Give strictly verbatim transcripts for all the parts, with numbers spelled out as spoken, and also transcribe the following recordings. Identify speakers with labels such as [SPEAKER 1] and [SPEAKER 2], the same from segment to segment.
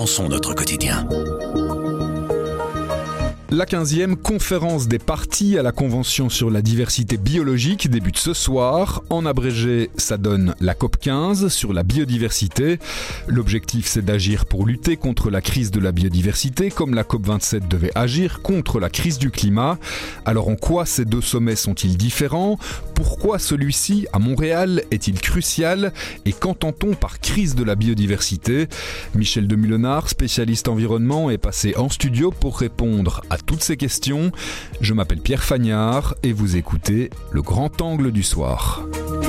[SPEAKER 1] repensons notre quotidien.
[SPEAKER 2] La quinzième conférence des parties à la Convention sur la diversité biologique débute ce soir. En abrégé, ça donne la COP quinze sur la biodiversité. L'objectif, c'est d'agir pour lutter contre la crise de la biodiversité, comme la COP vingt-sept devait agir contre la crise du climat. Alors en quoi ces deux sommets sont-ils différents ? Pourquoi celui-ci, à Montréal, est-il crucial ? Et qu'entend-on par crise de la biodiversité ? Michel Demulonard, spécialiste environnement, est passé en studio pour répondre à toutes ces questions. Je m'appelle Pierre Fagnard et vous écoutez Le Grand Angle du Soir.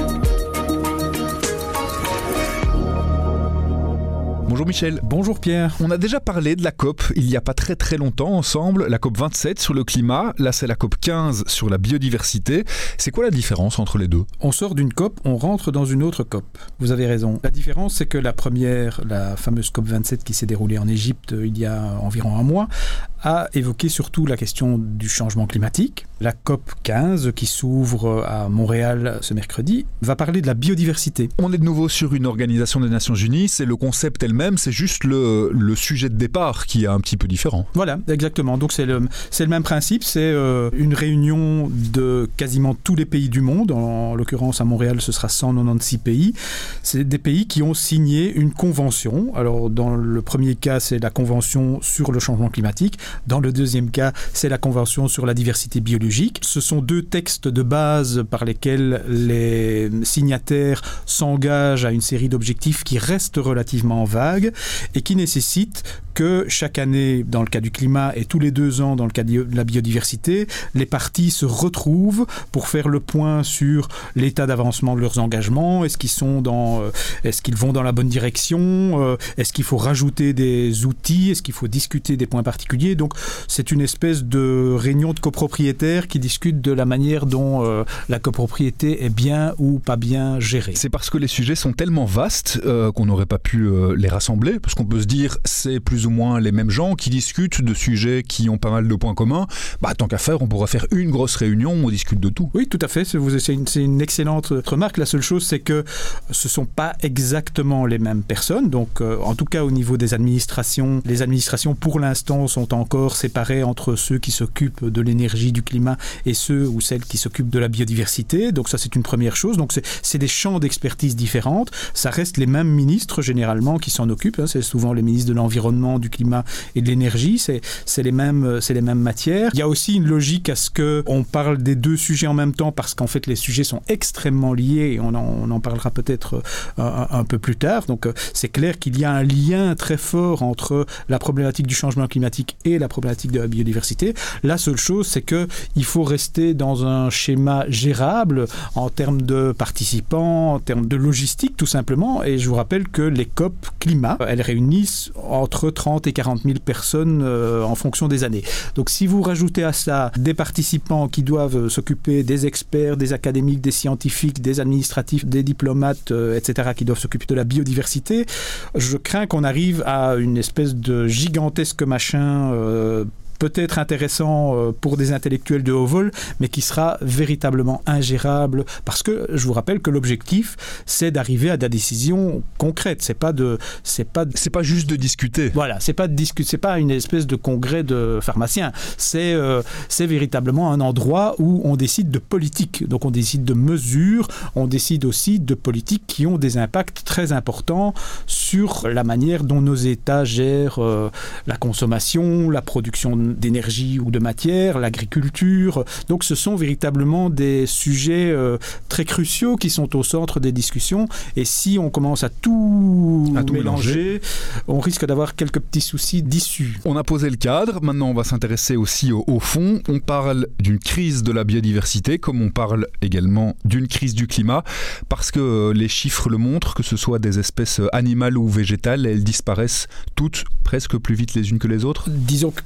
[SPEAKER 2] Bonjour Michel.
[SPEAKER 3] Bonjour Pierre.
[SPEAKER 2] On a déjà parlé de la COP il n'y a pas très très longtemps ensemble, la COP vingt-sept sur le climat, là c'est la COP quinze sur la biodiversité. C'est quoi la différence entre les deux ?
[SPEAKER 3] On sort d'une COP, on rentre dans une autre COP. Vous avez raison. La différence, c'est que la première, la fameuse COP vingt-sept qui s'est déroulée en Égypte il y a environ un mois, a évoqué surtout la question du changement climatique. La COP quinze, qui s'ouvre à Montréal ce mercredi, va parler de la biodiversité.
[SPEAKER 2] On est de nouveau sur une organisation des Nations Unies, c'est le concept elle-même, c'est juste le, le sujet de départ qui est un petit peu différent.
[SPEAKER 3] Voilà, exactement. Donc c'est le, c'est le même principe, c'est euh, une réunion de quasiment tous les pays du monde. En, en l'occurrence, à Montréal, ce sera cent quatre-vingt-seize pays. C'est des pays qui ont signé une convention. Alors, dans le premier cas, c'est la convention sur le changement climatique. Dans le deuxième cas, c'est la Convention sur la diversité biologique. Ce sont deux textes de base par lesquels les signataires s'engagent à une série d'objectifs qui restent relativement vagues et qui nécessitent que chaque année, dans le cas du climat, et tous les deux ans, dans le cas de la biodiversité, les parties se retrouvent pour faire le point sur l'état d'avancement de leurs engagements. Est-ce qu'ils sont dans, euh, est-ce qu'ils vont dans la bonne direction ? euh, Est-ce qu'il faut rajouter des outils ? Est-ce qu'il faut discuter des points particuliers ? Donc, c'est une espèce de réunion de copropriétaires qui discutent de la manière dont euh, la copropriété est bien ou pas bien gérée.
[SPEAKER 2] C'est parce que les sujets sont tellement vastes euh, qu'on n'aurait pas pu euh, les rassembler, parce qu'on peut se dire c'est plus ou moins les mêmes gens qui discutent de sujets qui ont pas mal de points communs. Bah, tant qu'à faire, on pourra faire une grosse réunion où on discute de tout.
[SPEAKER 3] Oui, tout à fait. C'est, c'est, une, c'est une excellente remarque. La seule chose, c'est que ce ne sont pas exactement les mêmes personnes. Donc, euh, en tout cas, au niveau des administrations, les administrations, pour l'instant, sont encore séparées entre ceux qui s'occupent de l'énergie, du climat et ceux ou celles qui s'occupent de la biodiversité. Donc, ça, c'est une première chose. Donc, c'est, c'est des champs d'expertise différentes. Ça reste les mêmes ministres, généralement, qui s'en occupent. Hein. C'est souvent les ministres de l'Environnement, du climat et de l'énergie, c'est, c'est, les mêmes, c'est les mêmes matières. Il y a aussi une logique à ce qu'on parle des deux sujets en même temps parce qu'en fait les sujets sont extrêmement liés et on en, on en parlera peut-être un, un peu plus tard. Donc c'est clair qu'il y a un lien très fort entre la problématique du changement climatique et la problématique de la biodiversité. La seule chose, c'est qu'il faut rester dans un schéma gérable en termes de participants, en termes de logistique tout simplement. Et je vous rappelle que les COP climat, elles réunissent entre trente et quarante mille personnes euh, en fonction des années. Donc si vous rajoutez à ça des participants qui doivent s'occuper des experts, des académiques, des scientifiques, des administratifs, des diplomates, euh, et cetera, qui doivent s'occuper de la biodiversité, je crains qu'on arrive à une espèce de gigantesque machin euh, peut-être intéressant pour des intellectuels de haut vol, mais qui sera véritablement ingérable, parce que je vous rappelle que l'objectif, c'est d'arriver à des décisions concrètes. C'est pas de, c'est pas, de...
[SPEAKER 2] c'est pas juste de discuter.
[SPEAKER 3] Voilà, c'est pas de discuter, c'est pas une espèce de congrès de pharmaciens. C'est, euh, c'est véritablement un endroit où on décide de politique. Donc on décide de mesures, on décide aussi de politiques qui ont des impacts très importants sur la manière dont nos États gèrent euh, la consommation, la production d'énergie ou de matière, l'agriculture. Donc ce sont véritablement des sujets euh, très cruciaux qui sont au centre des discussions. Et si on commence à tout,
[SPEAKER 2] à tout mélanger,
[SPEAKER 3] mélanger, on risque d'avoir quelques petits soucis d'issue.
[SPEAKER 2] On a posé le cadre, maintenant on va s'intéresser aussi au, au fond. On parle d'une crise de la biodiversité, comme on parle également d'une crise du climat, parce que les chiffres le montrent, que ce soit des espèces animales ou végétales, elles disparaissent toutes presque plus vite les unes que les autres.
[SPEAKER 3] Disons qu'elles ne disparaissent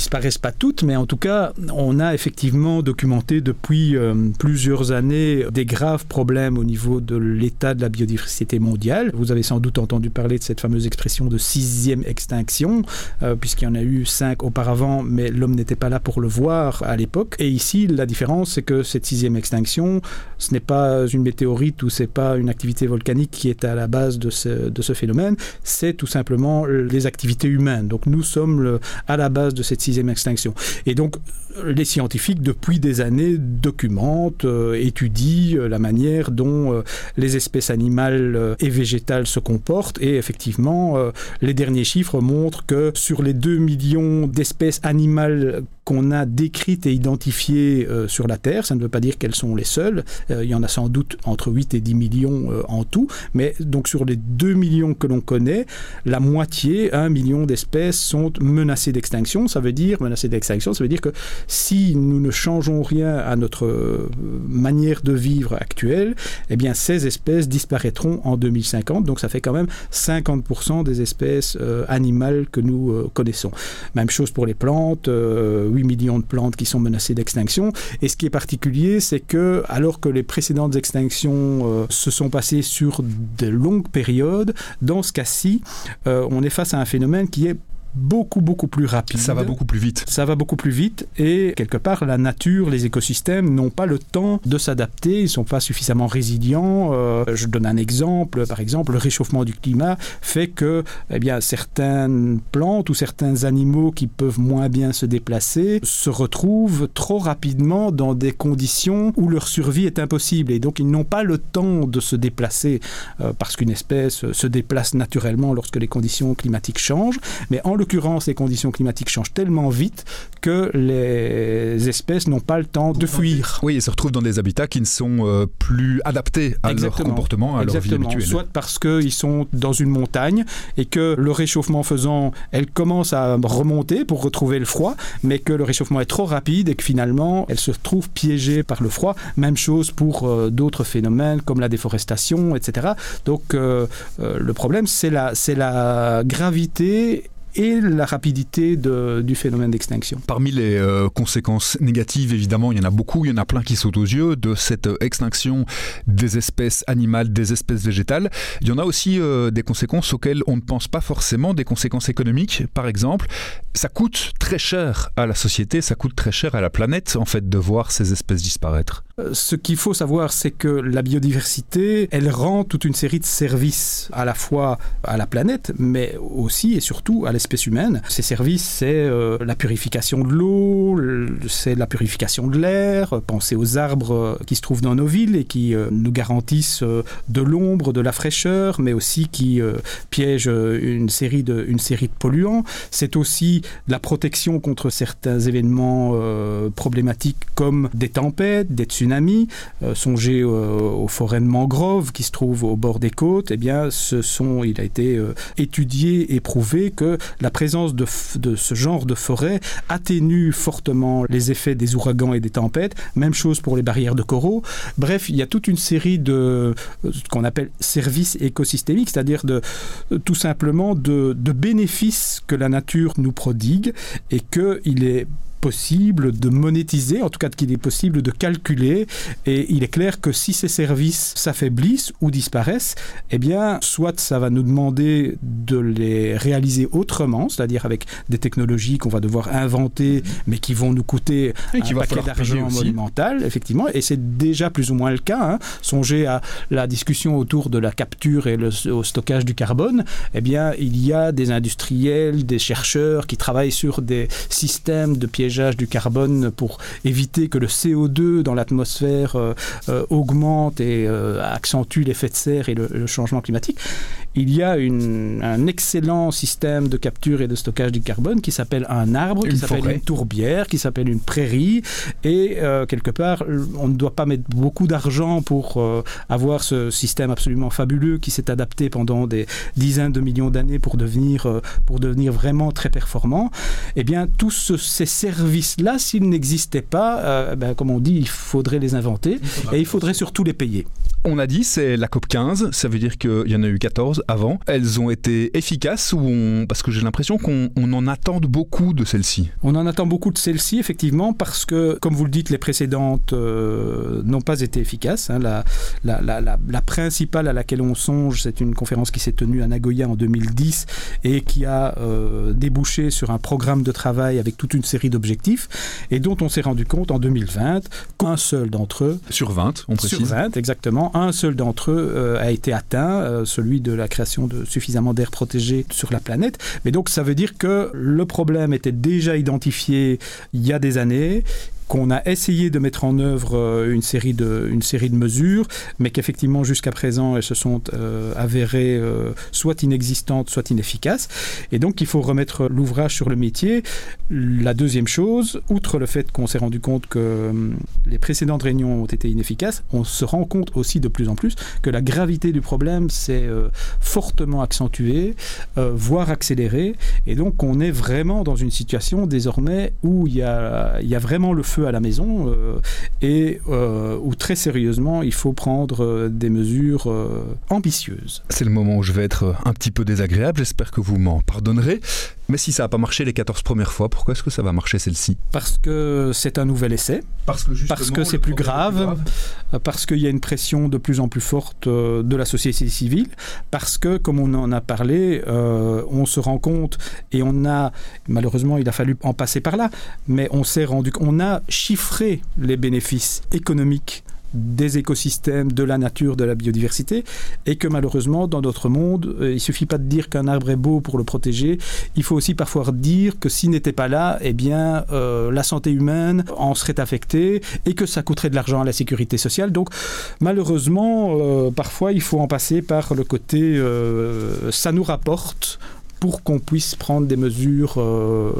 [SPEAKER 3] disparaissent pas toutes, mais en tout cas, on a effectivement documenté depuis euh, plusieurs années des graves problèmes au niveau de l'état de la biodiversité mondiale. Vous avez sans doute entendu parler de cette fameuse expression de sixième extinction, euh, puisqu'il y en a eu cinq auparavant, mais l'homme n'était pas là pour le voir à l'époque. Et ici, la différence, c'est que cette sixième extinction, ce n'est pas une météorite ou c'est pas une activité volcanique qui est à la base de ce, de ce phénomène, c'est tout simplement les activités humaines. Donc nous sommes le, à la base de cette sixième extinction. Et donc, les scientifiques, depuis des années, documentent, euh, étudient euh, la manière dont euh, les espèces animales euh, et végétales se comportent. Et effectivement, euh, les derniers chiffres montrent que sur les deux millions d'espèces animales qu'on a décrites et identifiées euh, sur la Terre, ça ne veut pas dire qu'elles sont les seules, euh, il y en a sans doute entre huit et dix millions euh, en tout, mais donc sur les deux millions que l'on connaît, la moitié, un million d'espèces sont menacées d'extinction. Ça veut dire, menacées d'extinction, ça veut dire que si nous ne changeons rien à notre euh, manière de vivre actuelle, eh bien ces espèces disparaîtront en deux mille cinquante, donc ça fait quand même cinquante pour cent des espèces euh, animales que nous euh, connaissons. Même chose pour les plantes, euh, huit millions de plantes qui sont menacées d'extinction. Et ce qui est particulier, c'est que, alors que les précédentes extinctions euh, se sont passées sur de longues périodes, dans ce cas-ci, euh, on est face à un phénomène qui est beaucoup, beaucoup plus rapide.
[SPEAKER 2] Ça va beaucoup plus vite.
[SPEAKER 3] Ça va beaucoup plus vite et quelque part, la nature, les écosystèmes n'ont pas le temps de s'adapter, ils ne sont pas suffisamment résilients. Euh, je donne un exemple, par exemple, le réchauffement du climat fait que eh bien, certaines plantes ou certains animaux qui peuvent moins bien se déplacer se retrouvent trop rapidement dans des conditions où leur survie est impossible et donc ils n'ont pas le temps de se déplacer euh, parce qu'une espèce se déplace naturellement lorsque les conditions climatiques changent, mais en l'occurrence, les conditions climatiques changent tellement vite que les espèces n'ont pas le temps de fuir.
[SPEAKER 2] Oui, elles se retrouvent dans des habitats qui ne sont euh, plus adaptés à Exactement. leur comportement, à Exactement. leur vie habituelle.
[SPEAKER 3] Soit parce qu'ils sont dans une montagne et que le réchauffement faisant, elles commencent à remonter pour retrouver le froid, mais que le réchauffement est trop rapide et que finalement, elles se retrouvent piégées par le froid. Même chose pour euh, d'autres phénomènes comme la déforestation, et cetera. Donc, euh, euh, le problème, c'est la, c'est la gravité et la rapidité de, du phénomène d'extinction.
[SPEAKER 2] Parmi les euh, conséquences négatives, évidemment, il y en a beaucoup, il y en a plein qui sautent aux yeux de cette euh, extinction des espèces animales, des espèces végétales. Il y en a aussi euh, des conséquences auxquelles on ne pense pas forcément, des conséquences économiques, par exemple. Ça coûte très cher à la société, ça coûte très cher à la planète, en fait, de voir ces espèces disparaître.
[SPEAKER 3] Ce qu'il faut savoir, c'est que la biodiversité, elle rend toute une série de services à la fois à la planète, mais aussi et surtout à l'espèce humaine. Ces services, c'est euh, la purification de l'eau, c'est la purification de l'air. Pensez aux arbres qui se trouvent dans nos villes et qui euh, nous garantissent euh, de l'ombre, de la fraîcheur, mais aussi qui euh, piègent une série de, une série de polluants. C'est aussi la protection contre certains événements euh, problématiques comme des tempêtes, des tsunamis. Euh, songez euh, aux forêts de mangroves qui se trouvent au bord des côtes. Eh bien, ce sont, il a été euh, étudié et prouvé que la présence de, f- de ce genre de forêt atténue fortement les effets des ouragans et des tempêtes. Même chose pour les barrières de coraux. Bref, il y a toute une série de ce qu'on appelle services écosystémiques, c'est-à-dire de, tout simplement de, de bénéfices que la nature nous prodigue et qu'il est possible de monétiser, en tout cas qu'il est possible de calculer, et il est clair que si ces services s'affaiblissent ou disparaissent, eh bien, soit ça va nous demander de les réaliser autrement, c'est-à-dire avec des technologies qu'on va devoir inventer, mais qui vont nous coûter et un paquet d'argent monumental, effectivement, et c'est déjà plus ou moins le cas. Hein. Songez à la discussion autour de la capture et le au stockage du carbone. Eh bien, il y a des industriels, des chercheurs qui travaillent sur des systèmes de piégeage du carbone pour éviter que le C O deux dans l'atmosphère euh, euh, augmente et euh, accentue l'effet de serre et le, le changement climatique. Il y a une, un excellent système de capture et de stockage du carbone qui s'appelle un arbre,
[SPEAKER 2] une
[SPEAKER 3] qui s'appelle
[SPEAKER 2] forêt.
[SPEAKER 3] une tourbière, qui s'appelle une prairie, et euh, quelque part, on ne doit pas mettre beaucoup d'argent pour euh, avoir ce système absolument fabuleux qui s'est adapté pendant des dizaines de millions d'années pour devenir, euh, pour devenir vraiment très performant. Eh bien, tous ce, ces services-là, s'ils n'existaient pas, euh, ben, comme on dit, il faudrait les inventer, il et il faudrait surtout les payer.
[SPEAKER 2] On a dit, c'est la COP quinze, ça veut dire qu'il y en a eu quatorze avant. Elles ont été efficaces ou on... parce que j'ai l'impression qu'on on en attend beaucoup de celles-ci.
[SPEAKER 3] On en attend beaucoup de celles-ci, effectivement, parce que, comme vous le dites, les précédentes euh, n'ont pas été efficaces. Hein. La, la, la, la, la principale à laquelle on songe, c'est une conférence qui s'est tenue à Nagoya en deux mille dix et qui a euh, débouché sur un programme de travail avec toute une série d'objectifs et dont on s'est rendu compte en deux mille vingt qu'un seul d'entre eux...
[SPEAKER 2] Sur vingt, on précise.
[SPEAKER 3] Sur vingt, exactement. Un seul d'entre eux euh, a été atteint, euh, celui de la création de suffisamment d'air protégé sur la planète. Mais donc, ça veut dire que le problème était déjà identifié il y a des années, qu'on a essayé de mettre en œuvre une série de, une série de mesures, mais qu'effectivement, jusqu'à présent, elles se sont euh, avérées euh, soit inexistantes, soit inefficaces. Et donc, il faut remettre l'ouvrage sur le métier. La deuxième chose, outre le fait qu'on s'est rendu compte que euh, les précédentes réunions ont été inefficaces, on se rend compte aussi de plus en plus que la gravité du problème s'est euh, fortement accentuée, euh, voire accélérée. Et donc, on est vraiment dans une situation désormais où il y a, il y a vraiment le feu à la maison euh, et euh, où très sérieusement il faut prendre euh, des mesures euh, ambitieuses.
[SPEAKER 2] C'est le moment où je vais être un petit peu désagréable, j'espère que vous m'en pardonnerez. Mais si ça n'a pas marché les quatorze premières fois, pourquoi est-ce que ça va marcher celle-ci ?
[SPEAKER 3] Parce que c'est un nouvel essai,
[SPEAKER 2] parce que,
[SPEAKER 3] parce que c'est plus grave, plus grave, parce qu'il y a une pression de plus en plus forte euh, de la société civile, parce que, comme on en a parlé, euh, on se rend compte, et on a, malheureusement il a fallu en passer par là, mais on s'est rendu, on a chiffré les bénéfices économiques des écosystèmes, de la nature, de la biodiversité, et que malheureusement, dans notre monde, euh, il ne suffit pas de dire qu'un arbre est beau pour le protéger, il faut aussi parfois dire que s'il n'était pas là, eh bien, euh, la santé humaine en serait affectée, et que ça coûterait de l'argent à la sécurité sociale. Donc, malheureusement, euh, parfois, il faut en passer par le côté euh, ça nous rapporte pour qu'on puisse prendre des mesures euh,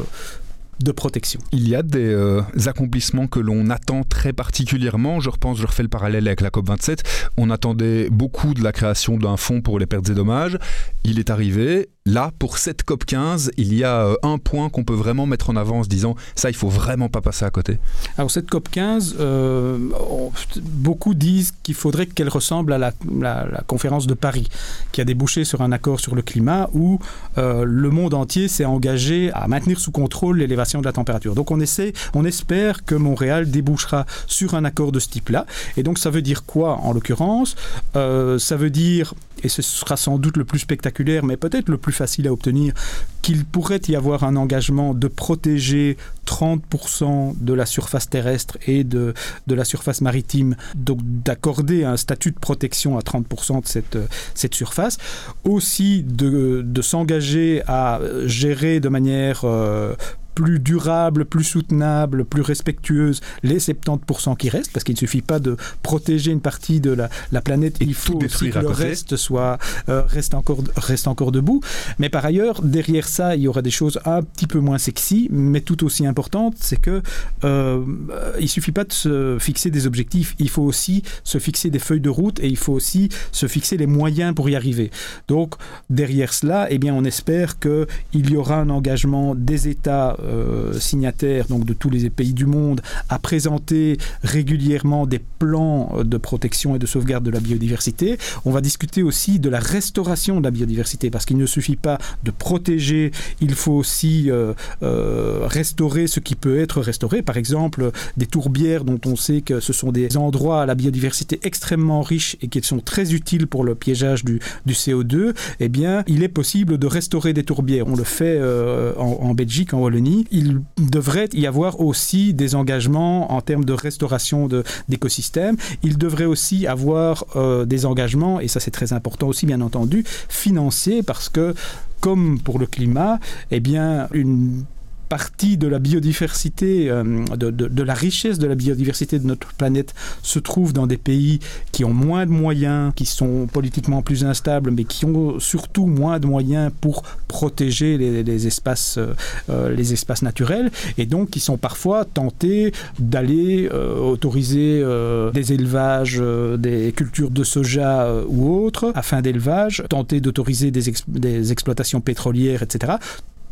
[SPEAKER 3] de protection.
[SPEAKER 2] Il y a des euh, accomplissements que l'on attend très particulièrement. Je repense, je refais le parallèle avec la COP vingt-sept. On attendait beaucoup de la création d'un fonds pour les pertes et dommages. Il est arrivé. Là, pour cette COP quinze, il y a euh, un point qu'on peut vraiment mettre en avant en se disant ça, il ne faut vraiment pas passer à côté.
[SPEAKER 3] Alors cette COP quinze, euh, on, beaucoup disent qu'il faudrait qu'elle ressemble à la, la, la conférence de Paris, qui a débouché sur un accord sur le climat où euh, le monde entier s'est engagé à maintenir sous contrôle l'élévation de la température. Donc on essaie, on espère que Montréal débouchera sur un accord de ce type-là. Et donc ça veut dire quoi en l'occurrence ? euh, Ça veut dire, et ce sera sans doute le plus spectaculaire, mais peut-être le plus facile à obtenir, qu'il pourrait y avoir un engagement de protéger trente pour cent de la surface terrestre et de, de la surface maritime, donc d'accorder un statut de protection à trente pour cent de cette, cette surface. Aussi de, de s'engager à gérer de manière euh, plus durable, plus soutenable, plus respectueuse les soixante-dix pour cent qui restent, parce qu'il ne suffit pas de protéger une partie de la, la planète, il faut aussi que le reste soit, euh, reste, encore, reste encore debout. Mais par ailleurs, derrière ça, il y aura des choses un petit peu moins sexy, mais tout aussi importantes, c'est que euh, il ne suffit pas de se fixer des objectifs, il faut aussi se fixer des feuilles de route et il faut aussi se fixer les moyens pour y arriver. Donc, derrière cela, eh bien, on espère qu'il y aura un engagement des États Euh, signataires, donc de tous les pays du monde, à présenter régulièrement des plans de protection et de sauvegarde de la biodiversité. On va discuter aussi de la restauration de la biodiversité, parce qu'il ne suffit pas de protéger, il faut aussi euh, euh, restaurer ce qui peut être restauré. Par exemple, des tourbières dont on sait que ce sont des endroits à la biodiversité extrêmement riches et qui sont très utiles pour le piégeage du, du C O deux. Eh bien, il est possible de restaurer des tourbières. On le fait euh, en, en Belgique, en Wallonie. Il devrait y avoir aussi des engagements en termes de restauration de, d'écosystèmes. Il devrait aussi avoir euh, des engagements, et ça c'est très important aussi bien entendu, financiers, parce que comme pour le climat, eh bien une partie de la biodiversité, euh, de, de, de la richesse de la biodiversité de notre planète se trouve dans des pays qui ont moins de moyens, qui sont politiquement plus instables, mais qui ont surtout moins de moyens pour protéger les, les, espaces, euh, les espaces naturels, et donc qui sont parfois tentés d'aller euh, autoriser euh, des élevages, euh, des cultures de soja euh, ou autres, à fin d'élevage, tenter d'autoriser des, ex- des exploitations pétrolières, et cetera,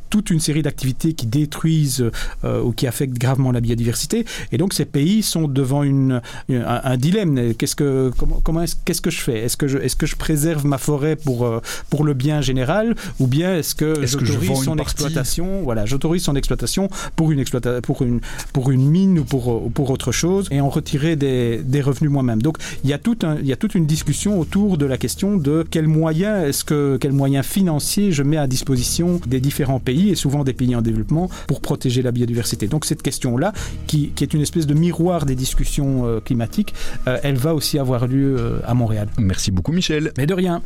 [SPEAKER 3] toute une série d'activités qui détruisent euh, ou qui affectent gravement la biodiversité. Et donc ces pays sont devant une, une, un, un dilemme. Qu'est-ce que, comment, comment est-ce, qu'est-ce que je fais? Est-ce que je, est-ce que je préserve ma forêt pour, euh, pour le bien général, ou bien est-ce que
[SPEAKER 2] est-ce
[SPEAKER 3] j'autorise
[SPEAKER 2] que je
[SPEAKER 3] son exploitation? Voilà, j'autorise son exploitation pour une, exploita- pour une, pour une mine ou pour, pour autre chose, et en retirer des, des revenus moi-même. Donc il y a tout un, il y a toute une discussion autour de la question de quels moyens est-ce que, quels moyens financiers je mets à disposition des différents pays, et souvent des pays en développement, pour protéger la biodiversité. Donc cette question-là, qui, qui est une espèce de miroir des discussions euh, climatiques, euh, elle va aussi avoir lieu euh, à Montréal.
[SPEAKER 2] Merci beaucoup Michel.
[SPEAKER 3] Mais de rien.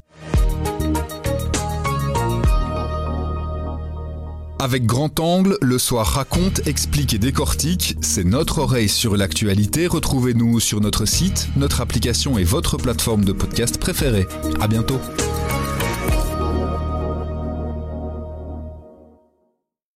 [SPEAKER 2] Avec Grand Angle, Le Soir raconte, explique et décortique. C'est notre oreille sur l'actualité. Retrouvez-nous sur notre site, notre application et votre plateforme de podcast préférée. À bientôt.